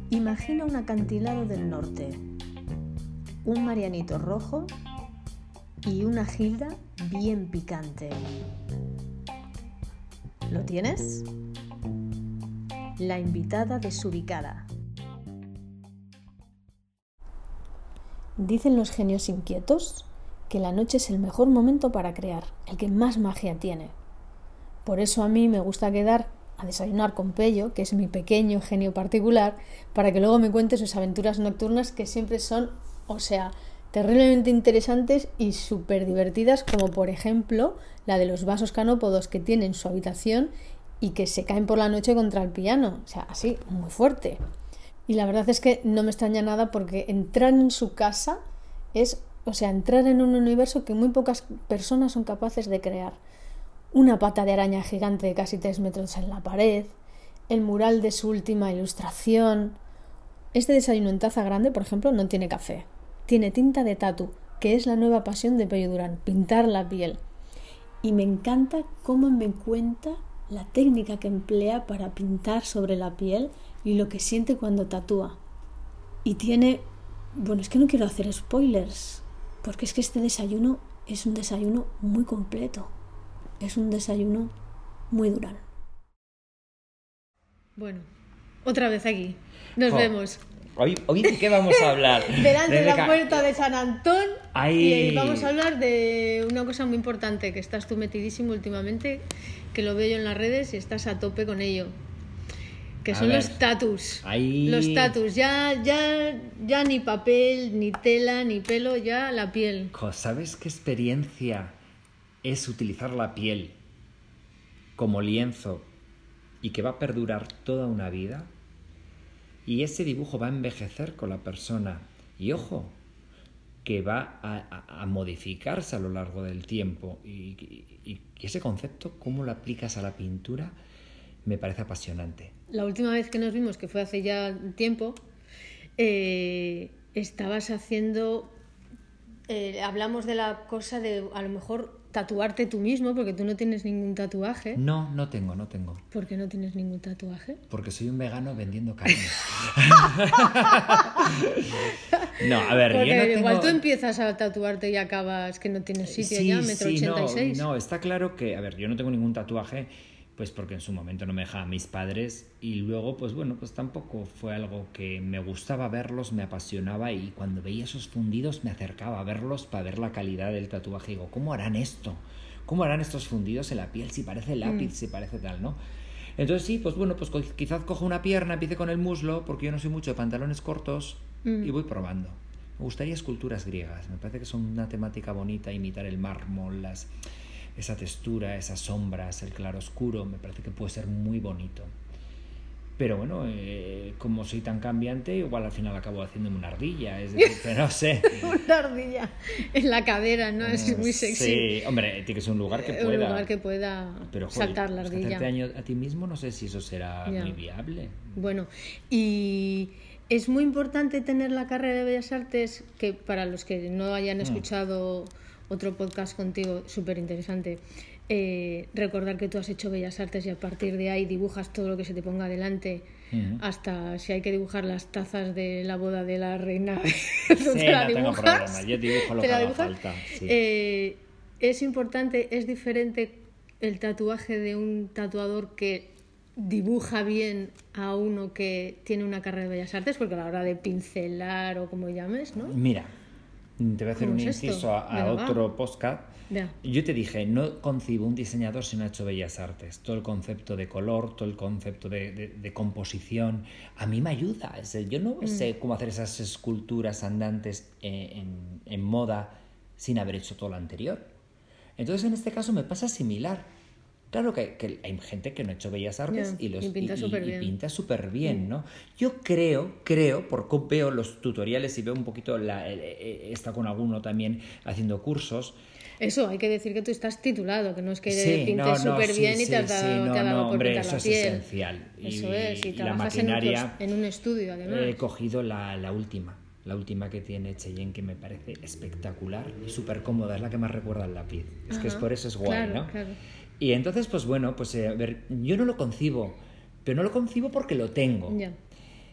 Imagina un acantilado del norte, un marianito rojo y una gilda bien picante. ¿Lo tienes? La invitada desubicada. Dicen los genios inquietos que la noche es el mejor momento para crear, el que más magia tiene. Por eso a mí me gusta quedar a desayunar con Pello, que es mi pequeño genio particular, para que luego me cuente sus aventuras nocturnas, que siempre son, terriblemente interesantes y súper divertidas, como por ejemplo la de los vasos canópodos que tiene en su habitación y que se caen por la noche contra el piano, así, muy fuerte. Y la verdad es que no me extraña nada, porque entrar en su casa es, entrar en un universo que muy pocas personas son capaces de crear. Una pata de araña gigante de casi 3 metros en la pared, el mural de su última ilustración. Este desayuno en taza grande, por ejemplo, no tiene café. Tiene tinta de tatu, que es la nueva pasión de Pello Durán, pintar la piel. Y me encanta cómo me cuenta la técnica que emplea para pintar sobre la piel y lo que siente cuando tatúa. Y tiene... es que no quiero hacer spoilers, porque es que este desayuno es un desayuno muy completo. Es un desayuno muy Durán. Bueno, otra vez aquí. Nos vemos. ¿Hoy de qué vamos a hablar? Delante de la puerta de San Antón. Ay. Y vamos a hablar de una cosa muy importante, que estás tú metidísimo últimamente, que lo veo yo en las redes y estás a tope con ello. Que son los tatus. Los tatus. Ya ni papel, ni tela, ni pelo, ya la piel. ¿Sabes qué experiencia es utilizar la piel como lienzo y que va a perdurar toda una vida? Y ese dibujo va a envejecer con la persona. Y ojo, que va a modificarse a lo largo del tiempo. Y ese concepto, cómo lo aplicas a la pintura, me parece apasionante. La última vez que nos vimos, que fue hace ya tiempo, estabas haciendo... hablamos de la cosa de, a lo mejor, tatuarte tú mismo, porque tú no tienes ningún tatuaje. No tengo. ¿Por qué no tienes ningún tatuaje? Porque soy un vegano vendiendo carne. No, a ver, porque yo no tengo... igual tú empiezas a tatuarte y acabas que no tienes sitio ya, 1,86 m. No, está claro que, a ver, yo no tengo ningún tatuaje, pues porque en su momento no me dejaban mis padres, y luego, pues tampoco fue algo que me gustaba verlos, me apasionaba, y cuando veía esos fundidos me acercaba a verlos para ver la calidad del tatuaje. Y digo, ¿cómo harán esto? ¿Cómo harán estos fundidos en la piel? Si parece lápiz, si parece tal, ¿no? Entonces sí, pues quizás cojo una pierna, empiece con el muslo, porque yo no soy mucho de pantalones cortos, y voy probando. Me gustaría esculturas griegas, me parece que son una temática bonita, imitar el mármol, esa textura, esas sombras, el claroscuro, me parece que puede ser muy bonito. Pero bueno, como soy tan cambiante, igual al final acabo haciéndome una ardilla, es decir, que no sé. Una ardilla en la cadera, ¿no? Es muy sexy. Sí, hombre, tiene que ser un lugar que pueda. Un lugar que pueda saltar la ardilla. Hacerte daño a ti mismo, no sé si eso será muy viable. Bueno, y es muy importante tener la carrera de Bellas Artes, que para los que no hayan escuchado otro podcast contigo, súper interesante, recordar que tú has hecho Bellas Artes y a partir de ahí dibujas todo lo que se te ponga delante, hasta si hay que dibujar las tazas de la boda de la reina. Sí, no tengo problema, yo dibujo lo que haga falta. Sí. Es importante, es diferente el tatuaje de un tatuador que dibuja bien a uno que tiene una carrera de Bellas Artes, porque a la hora de pincelar o como llames, ¿no? Mira, te voy a hacer un inciso a otro podcast. Yo te dije, no concibo un diseñador si no ha hecho Bellas Artes. Todo el concepto de color, todo el concepto de composición, a mí me ayuda. Yo no sé cómo hacer esas esculturas andantes en moda sin haber hecho todo lo anterior. Entonces, en este caso me pasa similar. Claro que hay gente que no ha hecho Bellas Artes y pinta súper bien, ¿no? Yo creo, porque veo los tutoriales y veo un poquito, he estado con alguno también haciendo cursos. Eso, hay que decir que tú estás titulado, que no es que pintes súper bien y te has dado por pintar la piel. Eso es esencial. Eso es, y la trabajas maquinaria, en un estudio, además. He cogido la última que tiene Cheyenne, que me parece espectacular y súper cómoda, es la que más recuerda al lápiz. Es que es por eso es guay, claro, ¿no? Claro. Y entonces, a ver, yo no lo concibo, pero no lo concibo porque lo tengo. Ya.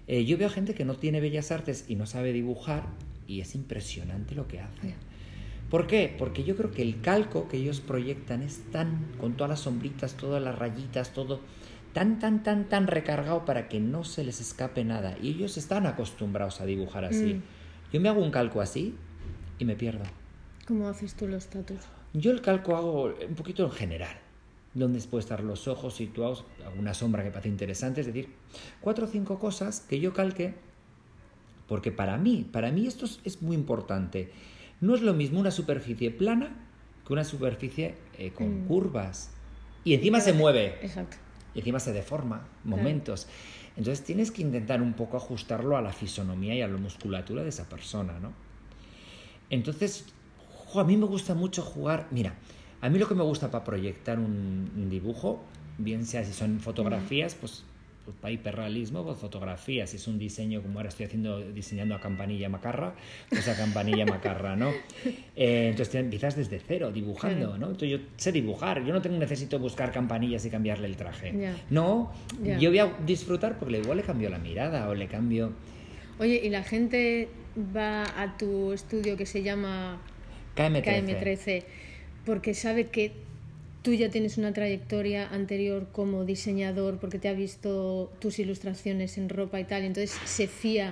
Yo veo gente que no tiene bellas artes y no sabe dibujar y es impresionante lo que hace. ¿Por qué? Porque yo creo que el calco que ellos proyectan es tan, con todas las sombritas, todas las rayitas, todo tan recargado para que no se les escape nada. Y ellos están acostumbrados a dibujar así. Yo me hago un calco así y me pierdo. ¿Cómo haces tú los tatus? Yo el calco hago un poquito en general, donde pueden estar los ojos situados, alguna sombra que parece interesante, es decir, 4 o 5 cosas que yo calque, porque para mí esto es muy importante. No es lo mismo una superficie plana que una superficie con curvas. Y encima se mueve. Exacto. Y encima se deforma momentos. Entonces tienes que intentar un poco ajustarlo a la fisonomía y a la musculatura de esa persona, ¿no? Entonces, a mí me gusta mucho jugar. Mira, a mí lo que me gusta para proyectar un dibujo, bien sea si son fotografías, pues para hiperrealismo, pues fotografías. Si es un diseño, como ahora estoy diseñando a Campanilla Macarra, pues a Campanilla Macarra, ¿no? Entonces empiezas desde cero, dibujando, ¿no? Entonces yo sé dibujar, yo no necesito buscar campanillas y cambiarle el traje. No, yo voy a disfrutar porque igual le cambio la mirada o le cambio... Oye, ¿y la gente va a tu estudio que se llama KM13 porque sabe que tú ya tienes una trayectoria anterior como diseñador, porque te ha visto tus ilustraciones en ropa y tal, y entonces se fía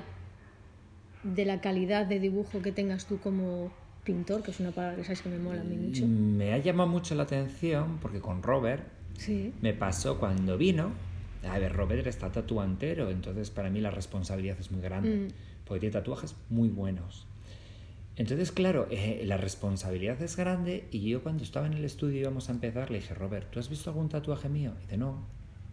de la calidad de dibujo que tengas tú como pintor, que es una palabra que sabes que me mola a mí mucho? Me ha llamado mucho la atención porque con Robert me pasó cuando vino. A ver, Robert está tatuado entero, entonces para mí la responsabilidad es muy grande, porque tiene tatuajes muy buenos. Entonces, claro, la responsabilidad es grande y yo cuando estaba en el estudio íbamos a empezar, le dije, Robert, ¿tú has visto algún tatuaje mío? Y dice, no.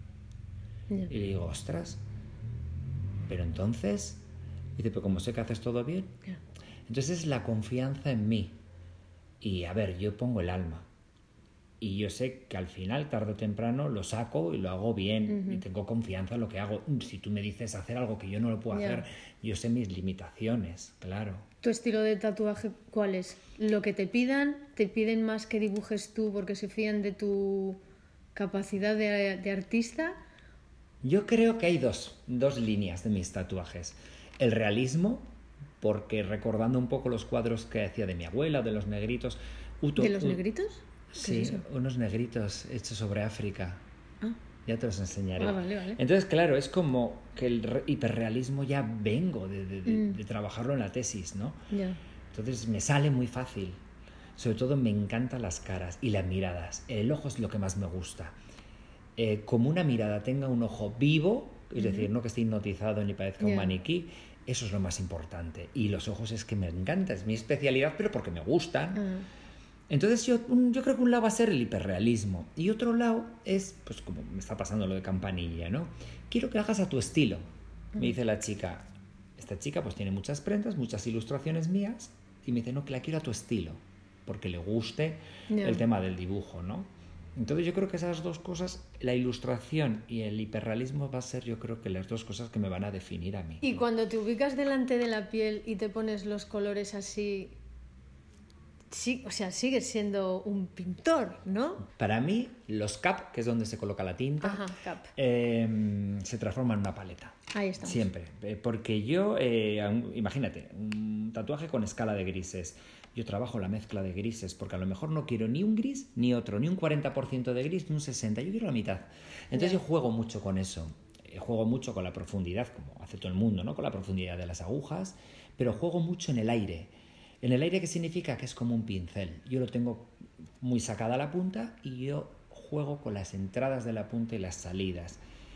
Y le digo, ostras, pero entonces, dice, pero como sé que haces todo bien, entonces es la confianza en mí. Y a ver, yo pongo el alma. Y yo sé que al final, tarde o temprano, lo saco y lo hago bien. Y tengo confianza en lo que hago. Si tú me dices hacer algo que yo no lo puedo hacer, yo sé mis limitaciones, claro. ¿Tu estilo de tatuaje cuál es? ¿Lo que te pidan? ¿Te piden más que dibujes tú porque se fían de tu capacidad de artista? Yo creo que hay dos líneas de mis tatuajes. El realismo, porque recordando un poco los cuadros que hacía de mi abuela, de los negritos... ¿De los negritos? Sí, unos negritos hechos sobre África. Ya te los enseñaré. Vale. Entonces, claro, es como que el hiperrealismo ya vengo de trabajarlo en la tesis, ¿no? Entonces me sale muy fácil. Sobre todo me encantan las caras y las miradas. El ojo es lo que más me gusta. Como una mirada tenga un ojo vivo, es decir, no que esté hipnotizado ni parezca un maniquí, eso es lo más importante. Y los ojos es que me encanta, es mi especialidad, pero porque me gustan. Entonces yo creo que un lado va a ser el hiperrealismo y otro lado es, pues como me está pasando lo de Campanilla, ¿no? Quiero que hagas a tu estilo, me dice la chica. Esta chica pues tiene muchas prendas, muchas ilustraciones mías y me dice, no, que la quiero a tu estilo, porque le guste el tema del dibujo, ¿no? Entonces yo creo que esas dos cosas, la ilustración y el hiperrealismo va a ser, yo creo que las dos cosas que me van a definir a mí. Y cuando te ubicas delante de la piel y te pones los colores así... Sí, o sea, sigues siendo un pintor, ¿no? Para mí, los cap, que es donde se coloca la tinta, se transforman en una paleta. Ahí estamos. Siempre. Porque yo, imagínate, un tatuaje con escala de grises. Yo trabajo la mezcla de grises, porque a lo mejor no quiero ni un gris ni otro, ni un 40% de gris, ni un 60%. Yo quiero la mitad. Entonces yo juego mucho con eso. Juego mucho con la profundidad, como hace todo el mundo, ¿no? Con la profundidad de las agujas, pero juego mucho en el aire. En el aire, ¿qué significa? Que es como un pincel. Yo lo tengo muy sacada la punta y yo juego con las entradas de la punta y las salidas.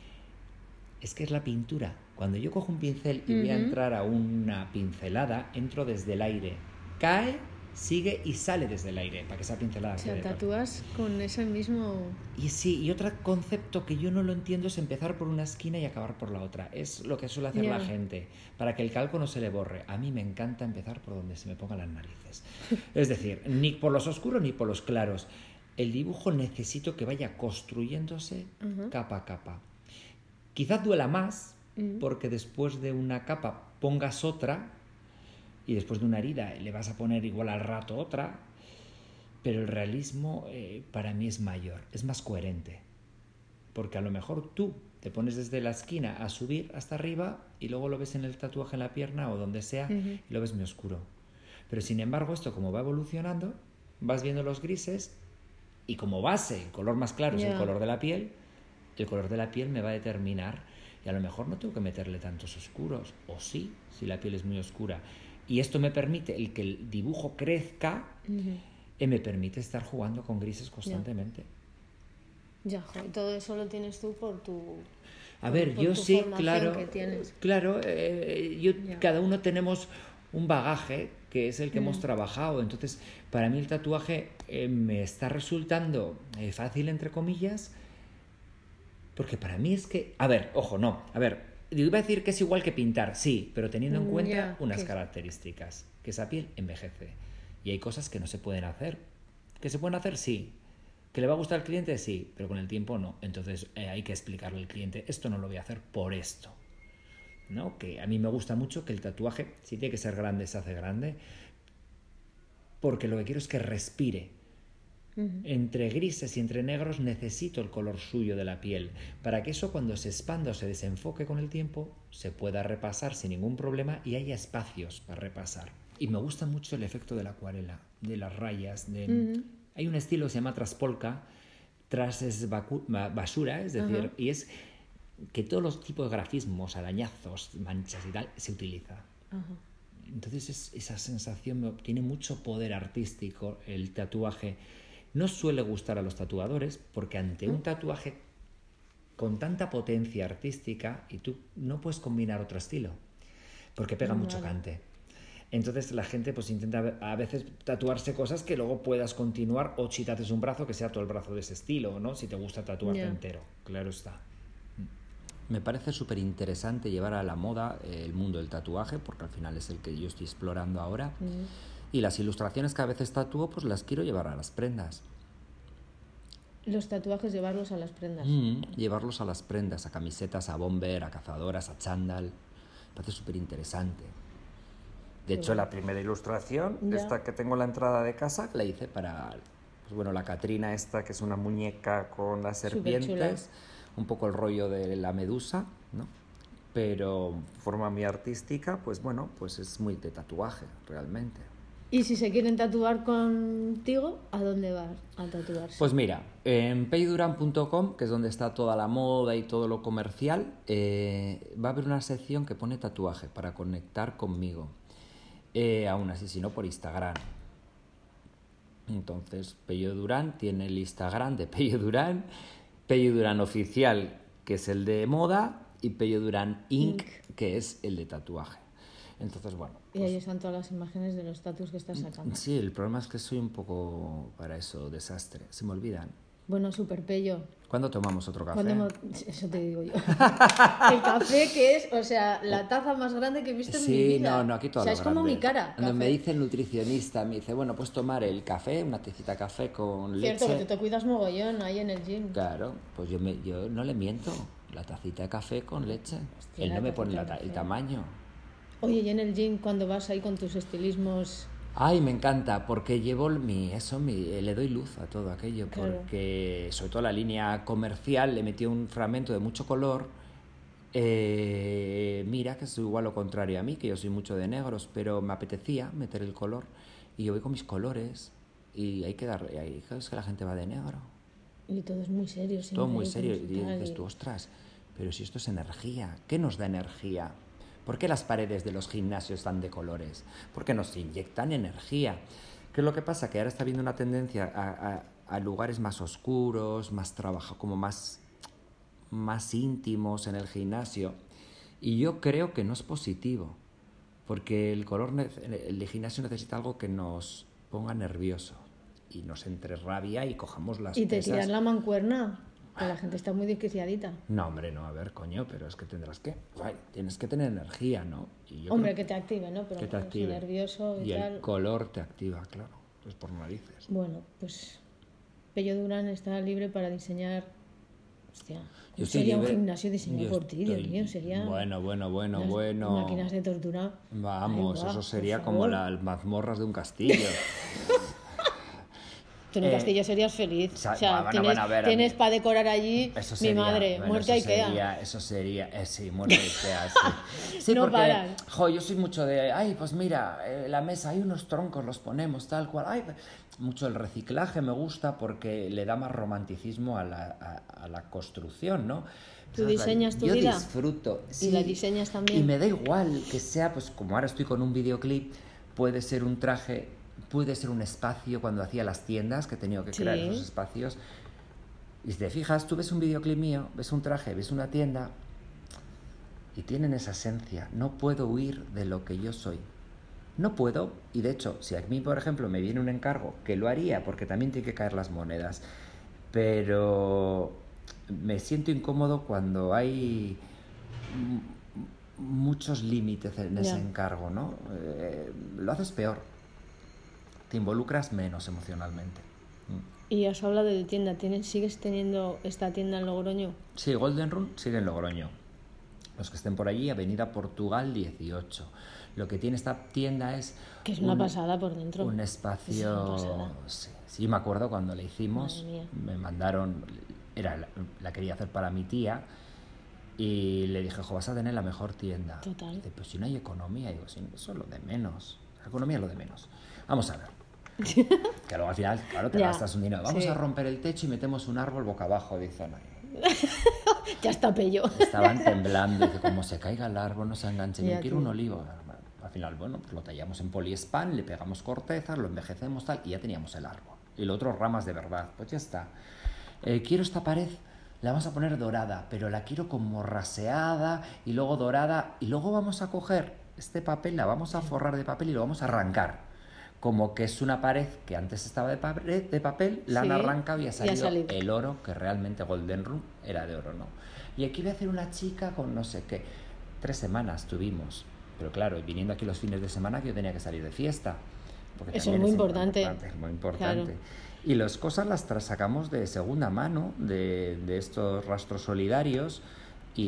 Es que es la pintura. Cuando yo cojo un pincel y voy a entrar a una pincelada, entro desde el aire. Cae, sigue y sale desde el aire para que esa pincelada quede. O sea, tatúas con ese mismo... Y sí, y otro concepto que yo no lo entiendo es empezar por una esquina y acabar por la otra. Es lo que suele hacer la gente, para que el calco no se le borre. A mí me encanta empezar por donde se me pongan las narices. Es decir, ni por los oscuros ni por los claros. El dibujo necesito que vaya construyéndose capa a capa. Quizás duela más, porque después de una capa pongas otra, y después de una herida le vas a poner igual al rato otra, pero el realismo para mí es mayor, es más coherente, porque a lo mejor tú te pones desde la esquina a subir hasta arriba y luego lo ves en el tatuaje en la pierna o donde sea y lo ves muy oscuro. Pero sin embargo esto como va evolucionando, vas viendo los grises y como base el color más claro es el color de la piel me va a determinar y a lo mejor no tengo que meterle tantos oscuros, o sí, si la piel es muy oscura. Y esto me permite, el que el dibujo crezca, me permite estar jugando con grises constantemente. Ya, y todo eso lo tienes tú por tu... A ver, yo sí, claro, cada uno tenemos un bagaje que es el que hemos trabajado. Entonces, para mí el tatuaje me está resultando fácil, entre comillas, porque para mí es que... A ver, ojo, no. A ver, iba a decir que es igual que pintar, sí, pero teniendo en cuenta unas características, que esa piel envejece. Y hay cosas que no se pueden hacer. ¿Que se pueden hacer? Sí. ¿Que le va a gustar al cliente? Sí, pero con el tiempo no. Entonces hay que explicarle al cliente, esto no lo voy a hacer por esto. ¿No? Que a mí me gusta mucho que el tatuaje, si tiene que ser grande, se hace grande, porque lo que quiero es que respire. Entre grises y entre negros necesito el color suyo de la piel, para que eso cuando se expanda o se desenfoque con el tiempo, se pueda repasar sin ningún problema y haya espacios para repasar. Y me gusta mucho el efecto de la acuarela, de las rayas, Hay un estilo que se llama traspolka, tras es basura, es decir, y es que todos los tipos de grafismos, arañazos, manchas y tal, se utiliza. Entonces esa sensación tiene mucho poder artístico, el tatuaje. No suele gustar a los tatuadores porque ante un tatuaje con tanta potencia artística y tú no puedes combinar otro estilo porque pega mucho cante. Entonces la gente pues intenta a veces tatuarse cosas que luego puedas continuar, o si te haces un brazo que sea todo el brazo de ese estilo, ¿no? Si te gusta tatuarte entero, claro está. Me parece súper interesante llevar a la moda el mundo del tatuaje, porque al final es el que yo estoy explorando ahora. Y las ilustraciones que a veces tatúo, pues las quiero llevar a las prendas. Los tatuajes, llevarlos a las prendas. Llevarlos a las prendas, a camisetas, a bomber, a cazadoras, a chándal. Me parece súper interesante. De hecho, la primera ilustración, esta que tengo en la entrada de casa, la hice para, pues bueno, la Catrina esta, que es una muñeca con las serpientes, un poco el rollo de la medusa, ¿no? Pero forma muy artística, pues bueno, pues es muy de tatuaje, realmente. Y si se quieren tatuar contigo, ¿a dónde vas a tatuarse? Pues mira, en peyduran.com, que es donde está toda la moda y todo lo comercial, va a haber una sección que pone tatuaje para conectar conmigo. Aún así, si no, por Instagram. Entonces, Pello Durán tiene el Instagram de Pello Durán, Pello Durán Oficial, que es el de moda, y Pello Durán Inc., que es el de tatuaje. Entonces, bueno. Y ahí están todas las imágenes de los tatus que estás sacando. Sí, el problema es que soy un poco, para eso, desastre. Se me olvidan. Bueno, súper Pello. ¿Cuándo tomamos otro café? Eso te digo yo. El café que es, o sea, la taza más grande que he visto en mi vida. No, aquí todo. O sea, es grande. Como mi cara. Cuando me dice el nutricionista, me dice, bueno, pues tomar el café, una tacita de café con leche. Cierto, que tú te cuidas mogollón ahí en el gym. Claro, pues yo no le miento. La tacita de café con leche. Hostia, él no me pone el tamaño. Oye, y en el gym, cuando vas ahí con tus estilismos... Ay, me encanta, porque llevo le doy luz a todo aquello, claro. Porque sobre todo la línea comercial le metí un fragmento de mucho color. Mira, que es igual lo contrario a mí, que yo soy mucho de negros, pero me apetecía meter el color y yo voy con mis colores y es que la gente va de negro. Y todo es muy serio. Todo muy serio, y dices tú, ostras, pero si esto es energía, ¿qué nos da energía? ¿Por qué las paredes de los gimnasios están de colores? Porque nos inyectan energía. ¿Qué es lo que pasa? Que ahora está habiendo una tendencia a lugares más oscuros, más trabajo, como más íntimos en el gimnasio. Y yo creo que no es positivo, porque el gimnasio necesita algo que nos ponga nervioso y nos entre rabia y cojamos las pesas. ¿Y te tiras la mancuerna? Que la gente está muy desquiciadita. No, hombre, no, a ver, coño, pero es que tienes que tener energía, ¿no? Que te active, ¿no? Pero que te active. Nervioso y tal. El color te activa, claro, pues por narices. Bueno, pues Pello Durán está libre para diseñar. Hostia, sería un gimnasio diseñado por ti, Dios mío, sería... Bueno. Máquinas de tortura. Vamos, eso sería como las mazmorras de un castillo. Tú en Castilla serías feliz. O sea, bueno, tienes para decorar allí, eso sería, mi madre, bueno, muerte a Ikea. Eso sería, sí, muerte a Ikea, sí. Sí, No porque, paran. yo soy mucho de, pues mira, la mesa, hay unos troncos, los ponemos tal cual. Mucho el reciclaje me gusta porque le da más romanticismo a la construcción, ¿no? ¿Tú diseñas tu vida? Yo disfruto. Sí, ¿Y la diseñas también? Y me da igual que sea, pues como ahora estoy con un videoclip, puede ser un traje, puede ser un espacio cuando hacía las tiendas, que he tenido que crear esos espacios. Y si te fijas, tú ves un videoclip mío, ves un traje, ves una tienda y tienen esa esencia. No puedo huir de lo que yo soy. No puedo, y de hecho, si a mí, por ejemplo, me viene un encargo, que lo haría, porque también tiene que caer las monedas, pero me siento incómodo cuando hay muchos límites en ese encargo, ¿no? Lo haces peor, te involucras menos emocionalmente. Y has hablado de tienda, ¿sigues teniendo esta tienda en Logroño? Sí, Golden Run sigue en Logroño. Los que estén por allí, Avenida Portugal 18. Lo que tiene esta tienda es... Que es una pasada por dentro. Un espacio... Sí, me acuerdo cuando la hicimos, me mandaron... La quería hacer para mi tía y le dije, vas a tener la mejor tienda. Total. Dice, pues si no hay economía. Digo, sí, eso es lo de menos. La economía es lo de menos. Vamos a ver. Que luego al final, claro, te gastas un dinero. Vamos a romper el techo y metemos un árbol boca abajo, dicen. Ya está pello. Estaban temblando, dice, como se caiga el árbol, no se enganche. Yo quiero un olivo. Al final, bueno, pues lo tallamos en poliespan, le pegamos cortezas, lo envejecemos tal, y ya teníamos el árbol. Y lo otro, ramas de verdad. Pues ya está. Quiero esta pared, la vamos a poner dorada, pero la quiero como raseada y luego dorada. Y luego vamos a coger este papel, la vamos a forrar de papel y lo vamos a arrancar. Como que es una pared que antes estaba de papel, la han arrancado y ha salido el oro, que realmente Golden Run era de oro, ¿no? Y aquí voy a hacer una chica con no sé qué. 3 semanas tuvimos. Pero claro, viniendo aquí los fines de semana que yo tenía que salir de fiesta. Porque eso es muy importante. Es muy importante. Claro. Y las cosas las sacamos de segunda mano, de estos rastros solidarios. Y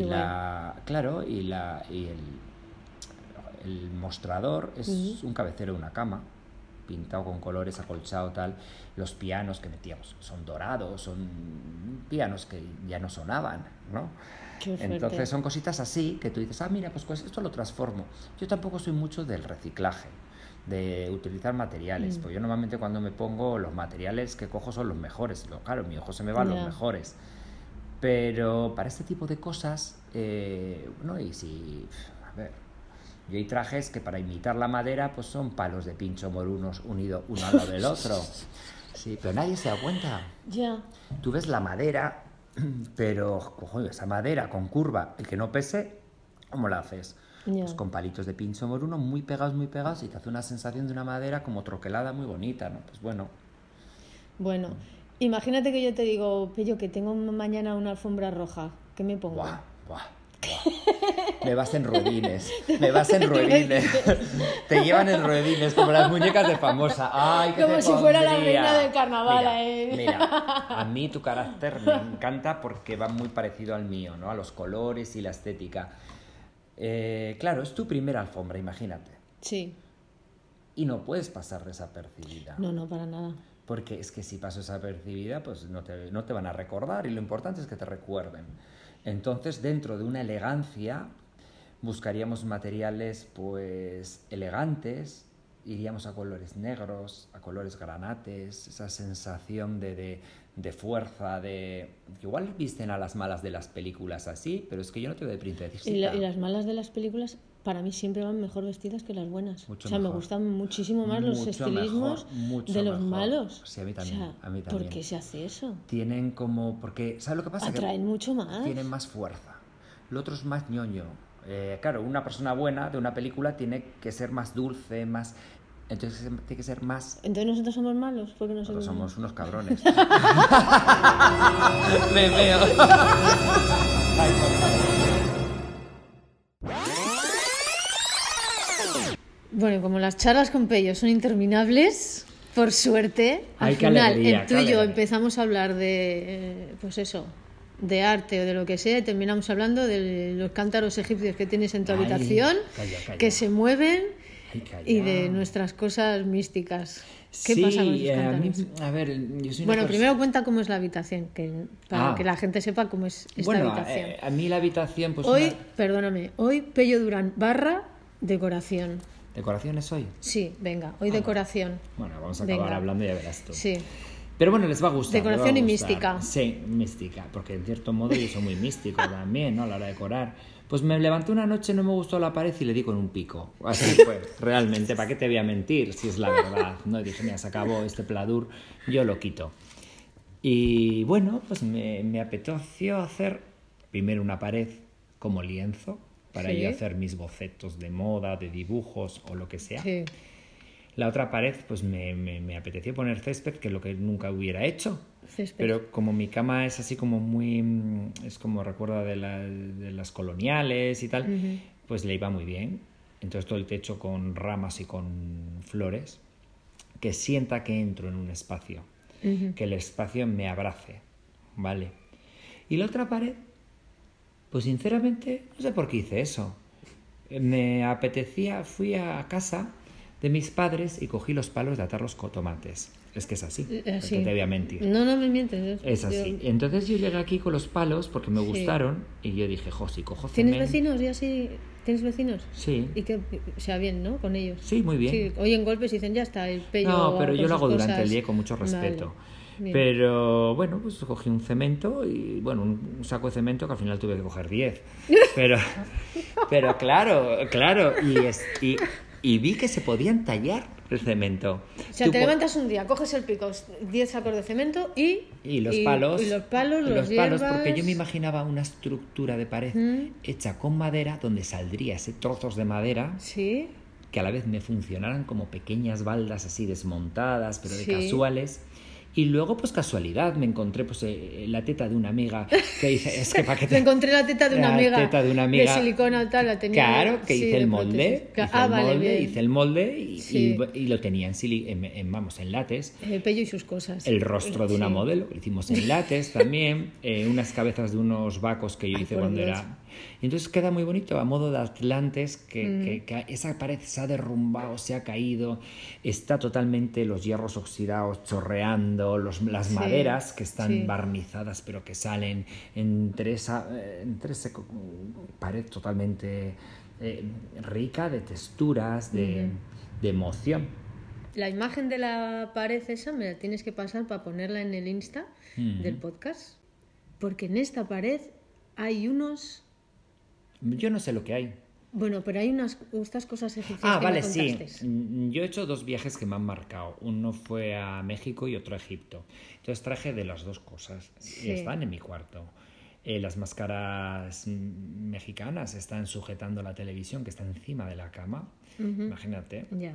el mostrador es un cabecero de una cama, pintado con colores, acolchado, tal. Los pianos que metíamos son dorados, son pianos que ya no sonaban, ¿no? Entonces son cositas así que tú dices, mira, pues esto lo transformo. Yo tampoco soy mucho del reciclaje, de utilizar materiales, pues yo normalmente cuando me pongo, los materiales que cojo son los mejores. Claro, en mi ojo se me van los mejores. Pero para este tipo de cosas, y si, a ver, yo hay trajes que para imitar la madera, pues son palos de pincho morunos unidos uno al lado del otro. Sí, pero nadie se da cuenta. Ya. Tú ves la madera, pero esa madera con curva, el que no pese, ¿cómo la haces? Pues con palitos de pincho moruno muy pegados, y te hace una sensación de una madera como troquelada muy bonita, ¿no? Pues bueno. Bueno, imagínate que yo te digo, Pello, que tengo mañana una alfombra roja. ¿Qué me pongo? Buah. Me vas en ruedines. Te llevan en ruedines, como las muñecas de Famosa. Ay, ¿qué como te si fuera la reina del carnaval. Mira, a mí tu carácter me encanta porque va muy parecido al mío, ¿no? A los colores y la estética. Claro, es tu primera alfombra, imagínate. Sí. Y no puedes pasar desapercibida. No, para nada. Porque es que si pasas desapercibida, pues no te van a recordar, y lo importante es que te recuerden. Entonces, dentro de una elegancia, buscaríamos materiales pues elegantes, iríamos a colores negros, a colores granates, esa sensación de fuerza, que igual visten a las malas de las películas así, pero es que yo no te veo de princesita. Y las malas de las películas para mí siempre van mejor vestidas que las buenas. Mucho mejor. Me gustan muchísimo más los estilismos de los malos. Sí, a mí también. ¿Por qué se hace eso? Tienen porque, ¿sabes lo que pasa? Atraen mucho más. Tienen más fuerza. Lo otro es más ñoño. Claro, una persona buena de una película tiene que ser más dulce, más... Entonces tiene que ser más... Entonces nosotros somos malos, porque nosotros somos unos cabrones. Me veo. Ay, por favor. Bueno, como las charlas con Pello son interminables, por suerte, al final tú y yo empezamos a hablar de, pues eso, de arte o de lo que sea, y terminamos hablando de los cántaros egipcios que tienes en tu habitación, calla. que se mueven, y de nuestras cosas místicas. ¿Qué Sí, pasa con esos a mí, cantones? a ver, yo soy una Bueno, persona... primero cuenta cómo es la habitación, para que la gente sepa cómo es esta Bueno, habitación. a mí la habitación, pues Hoy, una... perdóname, hoy Pello Durán / decoración. ¿Decoraciones hoy? Sí, venga, hoy decoración. Bueno, vamos a acabar Venga. hablando y ya verás tú. Sí. Pero bueno, les va a gustar. Decoración les va a y gustar. mística. Sí, mística, porque en cierto modo yo soy muy místico también, ¿no? A la hora de decorar. Pues me levanté una noche, no me gustó la pared y le di con un pico. Así fue, realmente, ¿para qué te voy a mentir? Si es la verdad, ¿no? Y dije, mira, se acabó este pladur, yo lo quito. Y bueno, pues me apeteció hacer primero una pared como lienzo, para Sí. yo hacer mis bocetos de moda, de dibujos o lo que sea. Sí. La otra pared, pues me apeteció poner césped, que es lo que nunca hubiera hecho. Césped. Pero como mi cama es así como muy... es como recuerda de las coloniales y tal, pues le iba muy bien. Entonces todo el techo con ramas y con flores, que sienta que entro en un espacio, que el espacio me abrace, ¿vale? Y la otra pared, pues sinceramente, no sé por qué hice eso. Me apetecía, fui a casa de mis padres y cogí los palos de atar los tomates. Es que es así, Así. porque te voy a mentir. No, no me mientes. Es así. Entonces yo llegué aquí con los palos porque me gustaron y yo dije, jo, si cojo ¿Tienes cemento... vecinos? ¿Ya sí? ¿Tienes vecinos? Sí. Y que, o sea, bien, ¿no? Con ellos. Sí, muy bien. Sí, oyen golpes y dicen, ya está, el Pello. No, pero con yo lo sus hago durante cosas. el día con mucho respeto. Vale, bien. Pero bueno, pues cogí un cemento y bueno, un saco de cemento que al final tuve que coger 10. Pero claro, y vi que se podían tallar el cemento. O sea, Tú te po- levantas un día, coges el pico, 10 sacos de cemento y los palos. Y los palos y los los palos, llevas. porque yo me imaginaba una estructura de pared hecha con madera donde saldría ese trozos de madera Sí. que a la vez me funcionaran como pequeñas baldas así desmontadas, pero de Sí. casuales. Y luego, pues casualidad, me encontré pues la teta de una amiga que dice, es que para que Me encontré la teta de una amiga. teta de una amiga. De silicona tal, la tenía. Claro, que sí, hice de el molde, prótesis. Vale, bien. hice el molde y, Sí. y lo tenía en látex. Pello y sus cosas. El rostro de una Sí. modelo, lo hicimos en látex también, unas cabezas de unos vacos que yo hice por cuando Dios. era... Entonces queda muy bonito, a modo de Atlantes, que esa pared se ha derrumbado, se ha caído, está totalmente los hierros oxidados chorreando, las Sí, maderas que están sí. barnizadas pero que salen entre esa pared totalmente rica de texturas, de emoción. La imagen de la pared esa me la tienes que pasar para ponerla en el Insta del podcast. Porque en esta pared hay unos... Yo no sé lo que hay. Bueno, pero hay estas cosas egipcias Ah, que vale, me sí. contaste. Yo he hecho 2 viajes que me han marcado. Uno fue a México y otro a Egipto. Entonces traje de las 2 cosas. Sí. Están en mi cuarto. Las máscaras mexicanas están sujetando la televisión que está encima de la cama. Imagínate. Ya.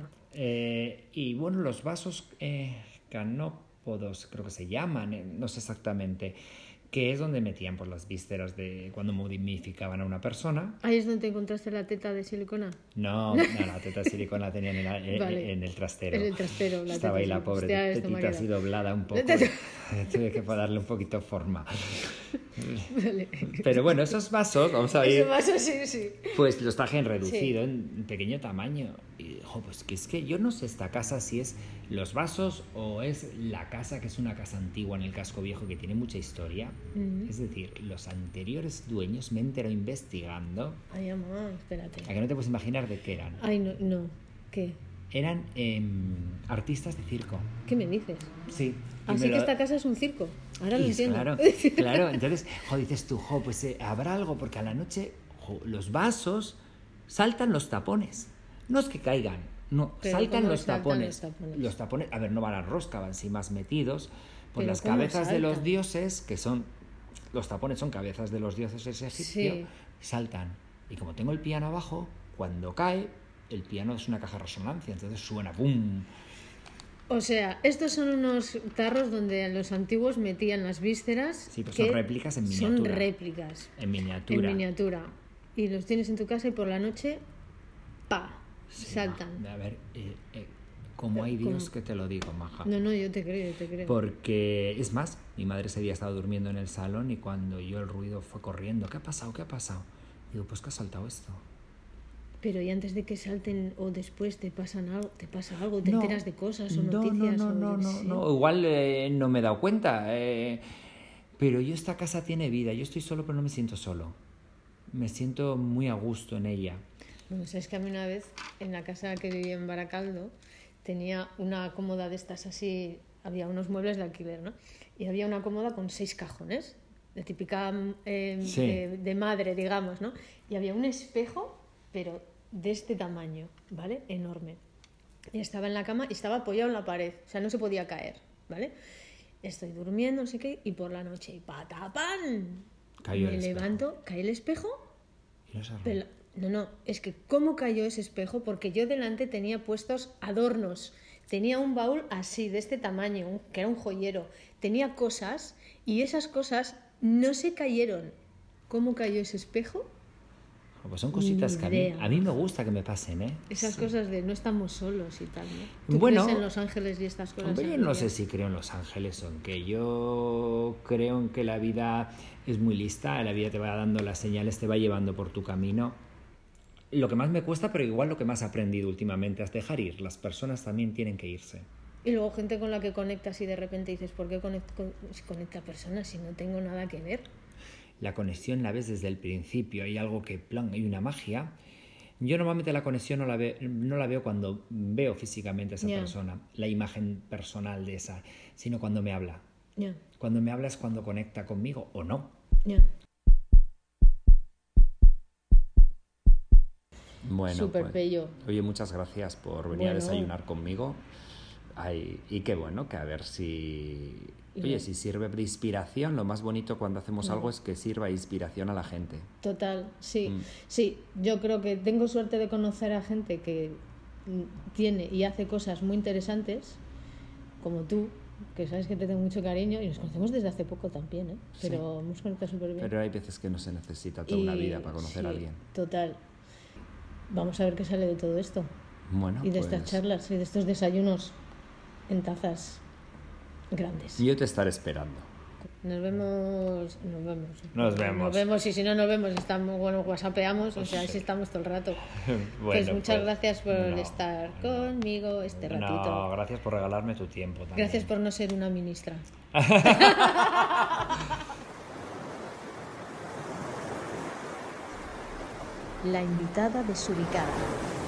Y bueno, los vasos canópodos, creo que se llaman, no sé exactamente, que es donde metían pues, las vísceras de cuando momificaban a una persona. ¿Ahí es donde te encontraste la teta de silicona? No, la teta de silicona la tenían Vale. en el trastero. En el trastero, la Estaba ahí teta la de pobre hostia, esto me ha tetita así quedado. doblada un poco. Tuve que darle un poquito forma. Vale. Pero bueno, esos vasos, vamos a Ese ir, vaso sí, sí. pues los traje en reducido, en pequeño tamaño. Y pues que es que yo no sé esta casa si es los vasos o es la casa, que es una casa antigua en el casco viejo que tiene mucha historia. Es decir, los anteriores dueños, me entero investigando, Ay, mamá, espérate. a que no te puedes imaginar de qué eran. Ay, no, no. ¿Qué? Eran artistas de circo. ¿Qué me dices? Sí. y Así me que lo- esta casa es un circo. Ahora lo y entiendo. Claro, claro. Entonces, dices tú, pues habrá algo, porque a la noche los vasos saltan los tapones. No es que caigan, no, Pero saltan ¿cómo los saltan tapones. los tapones? Los tapones, a ver, no van a rosca, van sí más metidos. Pues Pero las ¿cómo cabezas de los saltan? dioses, que son, los tapones son cabezas de los dioses egipcios, Sí. saltan. Y como tengo el piano abajo, cuando cae, el piano es una caja de resonancia, entonces suena ¡pum! O sea, estos son unos tarros donde los antiguos metían las vísceras. Sí, pero que son réplicas en Son miniatura. réplicas En miniatura. en miniatura. Y los tienes en tu casa y por la noche, ¡pa! Sí, saltan. A ver, como hay Dios que te lo digo, maja. No, yo te creo, yo te creo. Porque, es más, mi madre ese día estaba durmiendo en el salón y cuando oyó el ruido fue corriendo. ¿Qué ha pasado? ¿Qué ha pasado? Digo, pues que ha saltado esto. Pero y antes de que salten o después te pasa algo, te No, enteras de cosas o no, noticias no, o no, yo qué no, sé. no. Igual no me he dado cuenta. Pero esta casa tiene vida. Yo estoy solo, pero no me siento solo. Me siento muy a gusto en ella. Bueno, sabes que a mí una vez en la casa que vivía en Baracaldo tenía una cómoda de estas así, había unos muebles de alquiler, ¿no? Y había una cómoda con 6 cajones, de típica Sí. de madre, digamos, ¿no? Y había un espejo, pero de este tamaño, ¿vale? Enorme. Y estaba en la cama y estaba apoyado en la pared, o sea, no se podía caer, ¿vale? Estoy durmiendo, no sé qué, y por la noche, ¡patapán! Cayó Me el espejo. levanto, cae el espejo. Y no se rompe. No, es que ¿cómo cayó ese espejo? Porque yo delante tenía puestos adornos. Tenía un baúl así, de este tamaño, que era un joyero. Tenía cosas y esas cosas no se cayeron. ¿Cómo cayó ese espejo? Pues son cositas Ni que idea. a mí me gusta que me pasen, ¿eh? Esas Sí. cosas de no estamos solos y tal, ¿no? ¿Tú Bueno, crees en los ángeles y estas cosas? Hombre, yo no sé si creo en los ángeles o en qué. Yo creo en que la vida es muy lista, la vida te va dando las señales, te va llevando por tu camino. Lo que más me cuesta, pero igual lo que más he aprendido últimamente, es dejar ir. Las personas también tienen que irse. Y luego gente con la que conectas y de repente dices, ¿por qué conecta personas si no tengo nada que ver? La conexión la ves desde el principio, hay algo que, plan, hay una magia. Yo normalmente la conexión no la veo cuando veo físicamente a esa persona, la imagen personal de esa, sino cuando me habla. Cuando me habla es cuando conecta conmigo o no. Bueno, Súper bello. Oye, muchas gracias por venir a desayunar conmigo. Ay, y qué bueno, que a ver si... Oye, si sirve de inspiración, lo más bonito cuando hacemos algo es que sirva de inspiración a la gente. Total, sí. Sí, yo creo que tengo suerte de conocer a gente que tiene y hace cosas muy interesantes, como tú, que sabes que te tengo mucho cariño y nos conocemos desde hace poco también, ¿eh? Pero hemos conectado súper bien. Pero hay veces que no se necesita toda una vida para conocer a alguien. Total. Vamos a ver qué sale de todo esto. Bueno, y de estas charlas y de estos desayunos en tazas grandes. Yo te estaré esperando. Nos vemos. Nos vemos y si no nos vemos, estamos, whatsappeamos, o sea, así estamos todo el rato. Pues muchas gracias por estar conmigo este ratito. No, gracias por regalarme tu tiempo también. Gracias por no ser una ministra. La invitada desubicada.